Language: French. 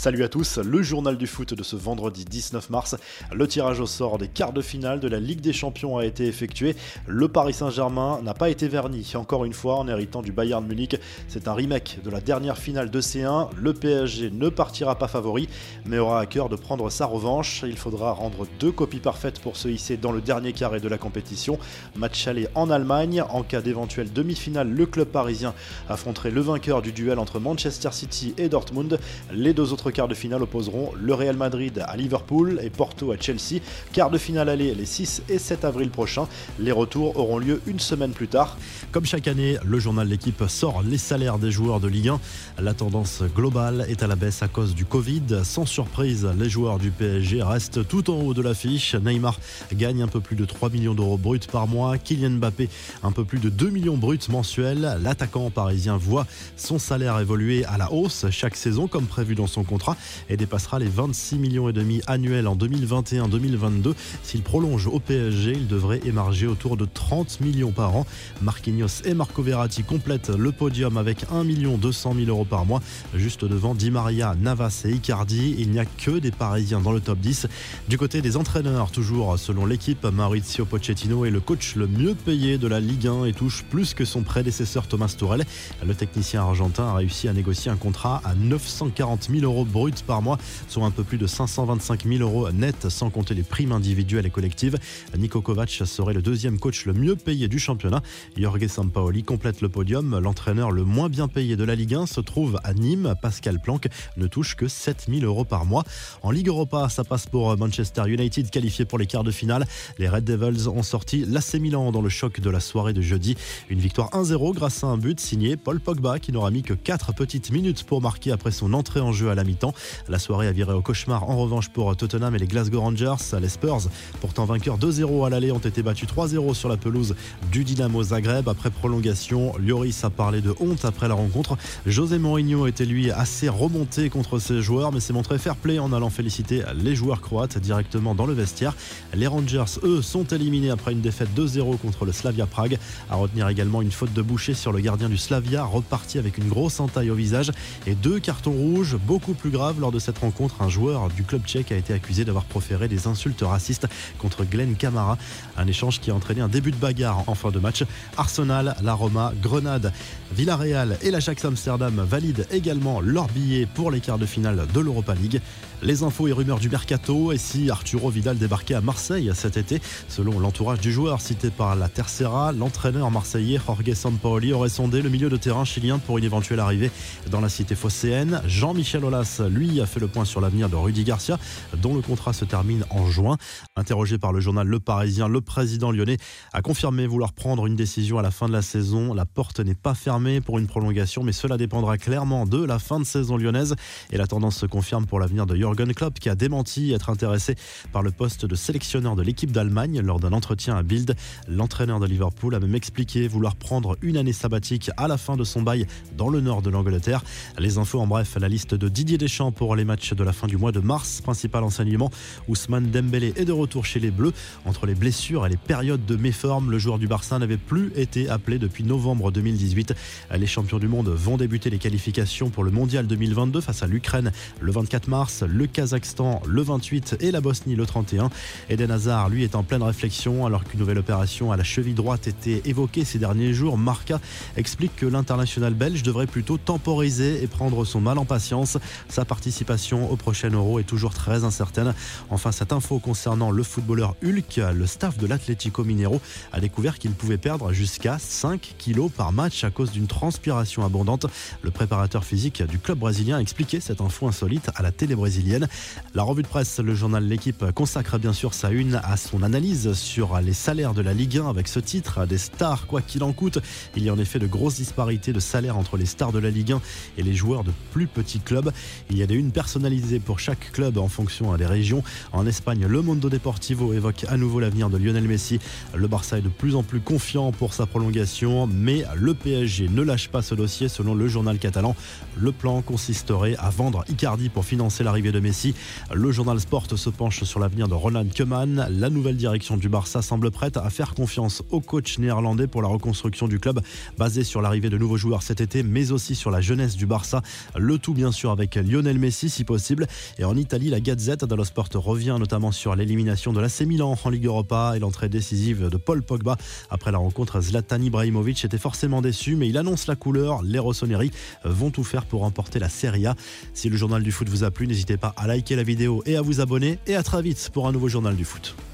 Salut à tous, le journal du foot de ce vendredi 19 mars. Le tirage au sort des quarts de finale de la Ligue des Champions a été effectué. Le Paris Saint-Germain n'a pas été verni, encore une fois en héritant du Bayern Munich. C'est un remake de la dernière finale de C1. Le PSG ne partira pas favori, mais aura à cœur de prendre sa revanche. Il faudra rendre 2 copies parfaites pour se hisser dans le dernier carré de la compétition. Match aller en Allemagne. En cas d'éventuelle demi-finale, le club parisien affronterait le vainqueur du duel entre Manchester City et Dortmund. Les deux autres quarts de finale opposeront le Real Madrid à Liverpool et Porto à Chelsea. Quart de finale aller les 6 et 7 avril prochains. Les retours auront lieu une semaine plus tard. Comme chaque année, le journal L'Équipe sort les salaires des joueurs de Ligue 1. La tendance globale est à la baisse à cause du Covid. Sans surprise, les joueurs du PSG restent tout en haut de l'affiche. Neymar gagne un peu plus de 3 millions d'euros bruts par mois. Kylian Mbappé, un peu plus de 2 millions bruts mensuels. L'attaquant parisien voit son salaire évoluer à la hausse chaque saison comme prévu dans son contrat et dépassera les 26 millions et demi annuels en 2021-2022. S'il prolonge au PSG, il devrait émarger autour de 30 millions par an. Marquinhos et Marco Verratti complètent le podium avec 1 200 000 euros par mois, juste devant Di Maria, Navas et Icardi. Il n'y a que des Parisiens dans le top 10. Du côté des entraîneurs, toujours selon l'équipe, Maurizio Pochettino est le coach le mieux payé de la Ligue 1 et touche plus que son prédécesseur Thomas Tuchel. Le technicien argentin a réussi à négocier un contrat à 940 000 euros bruts par mois, soit un peu plus de 525 000 euros net, sans compter les primes individuelles et collectives. Niko Kovac serait le deuxième coach le mieux payé du championnat. Jorge Sampaoli complète le podium. L'entraîneur le moins bien payé de la Ligue 1 se trouve à Nîmes. Pascal Planck ne touche que 7 000 euros par mois. En Ligue Europa, ça passe pour Manchester United, qualifié pour les quarts de finale. Les Red Devils ont sorti l'AC Milan dans le choc de la soirée de jeudi. Une victoire 1-0 grâce à un but signé Paul Pogba, qui n'aura mis que 4 petites minutes pour marquer après son entrée en jeu à la mi-temps. La soirée a viré au cauchemar en revanche pour Tottenham et les Glasgow Rangers. Les Spurs, pourtant vainqueurs 2-0 à l'aller, ont été battus 3-0 sur la pelouse du Dynamo Zagreb. Après prolongation, Lloris a parlé de honte après la rencontre. José Mourinho était lui assez remonté contre ses joueurs, mais s'est montré fair play en allant féliciter les joueurs croates directement dans le vestiaire. Les Rangers, eux, sont éliminés après une défaite 2-0 contre le Slavia Prague. À retenir également une faute de Boucher sur le gardien du Slavia, reparti avec une grosse entaille au visage et 2 cartons rouges. Beaucoup plus grave, lors de cette rencontre, un joueur du club tchèque a été accusé d'avoir proféré des insultes racistes contre Glenn Kamara. Un échange qui a entraîné un début de bagarre en fin de match. Arsenal, la Roma, Grenade, Villarreal et l'Ajax Amsterdam valident également leur billet pour les quarts de finale de l'Europa League. Les infos et rumeurs du mercato, et si Arturo Vidal débarquait à Marseille cet été? Selon l'entourage du joueur cité par la Tercera, l'entraîneur marseillais Jorge Sampaoli aurait sondé le milieu de terrain chilien pour une éventuelle arrivée dans la cité phocéenne. Jean-Michel Aulas, lui, a fait le point sur l'avenir de Rudy Garcia, dont le contrat se termine en juin. Interrogé par le journal Le Parisien, le président lyonnais a confirmé vouloir prendre une décision à la fin de la saison. La porte n'est pas fermée pour une prolongation, mais cela dépendra clairement de la fin de saison lyonnaise. Et la tendance se confirme pour l'avenir de Jürgen Klopp, qui a démenti être intéressé par le poste de sélectionneur de l'équipe d'Allemagne lors d'un entretien à Bild. L'entraîneur de Liverpool a même expliqué vouloir prendre une année sabbatique à la fin de son bail dans le nord de l'Angleterre. Les infos en bref, la liste de Didier Deschamps pour les matchs de la fin du mois de mars. Principal enseignement, Ousmane Dembélé est de retour chez les Bleus. Entre les blessures et les périodes de méforme, le joueur du Barça n'avait plus été appelé depuis novembre 2018. Les champions du monde vont débuter les qualifications pour le mondial 2022 face à l'Ukraine le 24 mars, le Kazakhstan le 28 et la Bosnie le 31. Eden Hazard, lui, est en pleine réflexion alors qu'une nouvelle opération à la cheville droite était évoquée ces derniers jours. Marca explique que l'international belge devrait plutôt temporiser et prendre son mal en patience. Sa participation au prochain Euro est toujours très incertaine. Enfin, cette info concernant le footballeur Hulk, le staff de l'Atlético Mineiro a découvert qu'il pouvait perdre jusqu'à 5 kilos par match à cause d'une transpiration abondante. Le préparateur physique du club brésilien a expliqué cette info insolite à la télé brésilienne. La revue de presse, le journal L'Équipe consacre bien sûr sa une à son analyse sur les salaires de la Ligue 1 avec ce titre, des stars quoi qu'il en coûte. Il y a en effet de grosses disparités de salaires entre les stars de la Ligue 1 et les joueurs de plus petits clubs. Il y a des unes personnalisées pour chaque club en fonction des régions. En Espagne, le Mundo Deportivo évoque à nouveau l'avenir de Lionel Messi. Le Barça est de plus en plus confiant pour sa prolongation, mais le PSG ne lâche pas ce dossier selon le journal catalan. Le plan consisterait à vendre Icardi pour financer l'arrivée de Messi. Le journal Sport se penche sur l'avenir de Ronald Koeman. La nouvelle direction du Barça semble prête à faire confiance au coach néerlandais pour la reconstruction du club, basée sur l'arrivée de nouveaux joueurs cet été, mais aussi sur la jeunesse du Barça. Le tout bien sûr avec Lionel Messi si possible. Et en Italie, la Gazette dello Sport revient notamment sur l'élimination de l'AC Milan en Ligue Europa et l'entrée décisive de Paul Pogba. Après la rencontre, Zlatan Ibrahimovic était forcément déçu, mais il annonce la couleur. Les rossoneri vont tout faire pour remporter la Serie A. Si le journal du foot vous a plu, n'hésitez pas à liker la vidéo et à vous abonner. Et à très vite pour un nouveau journal du foot.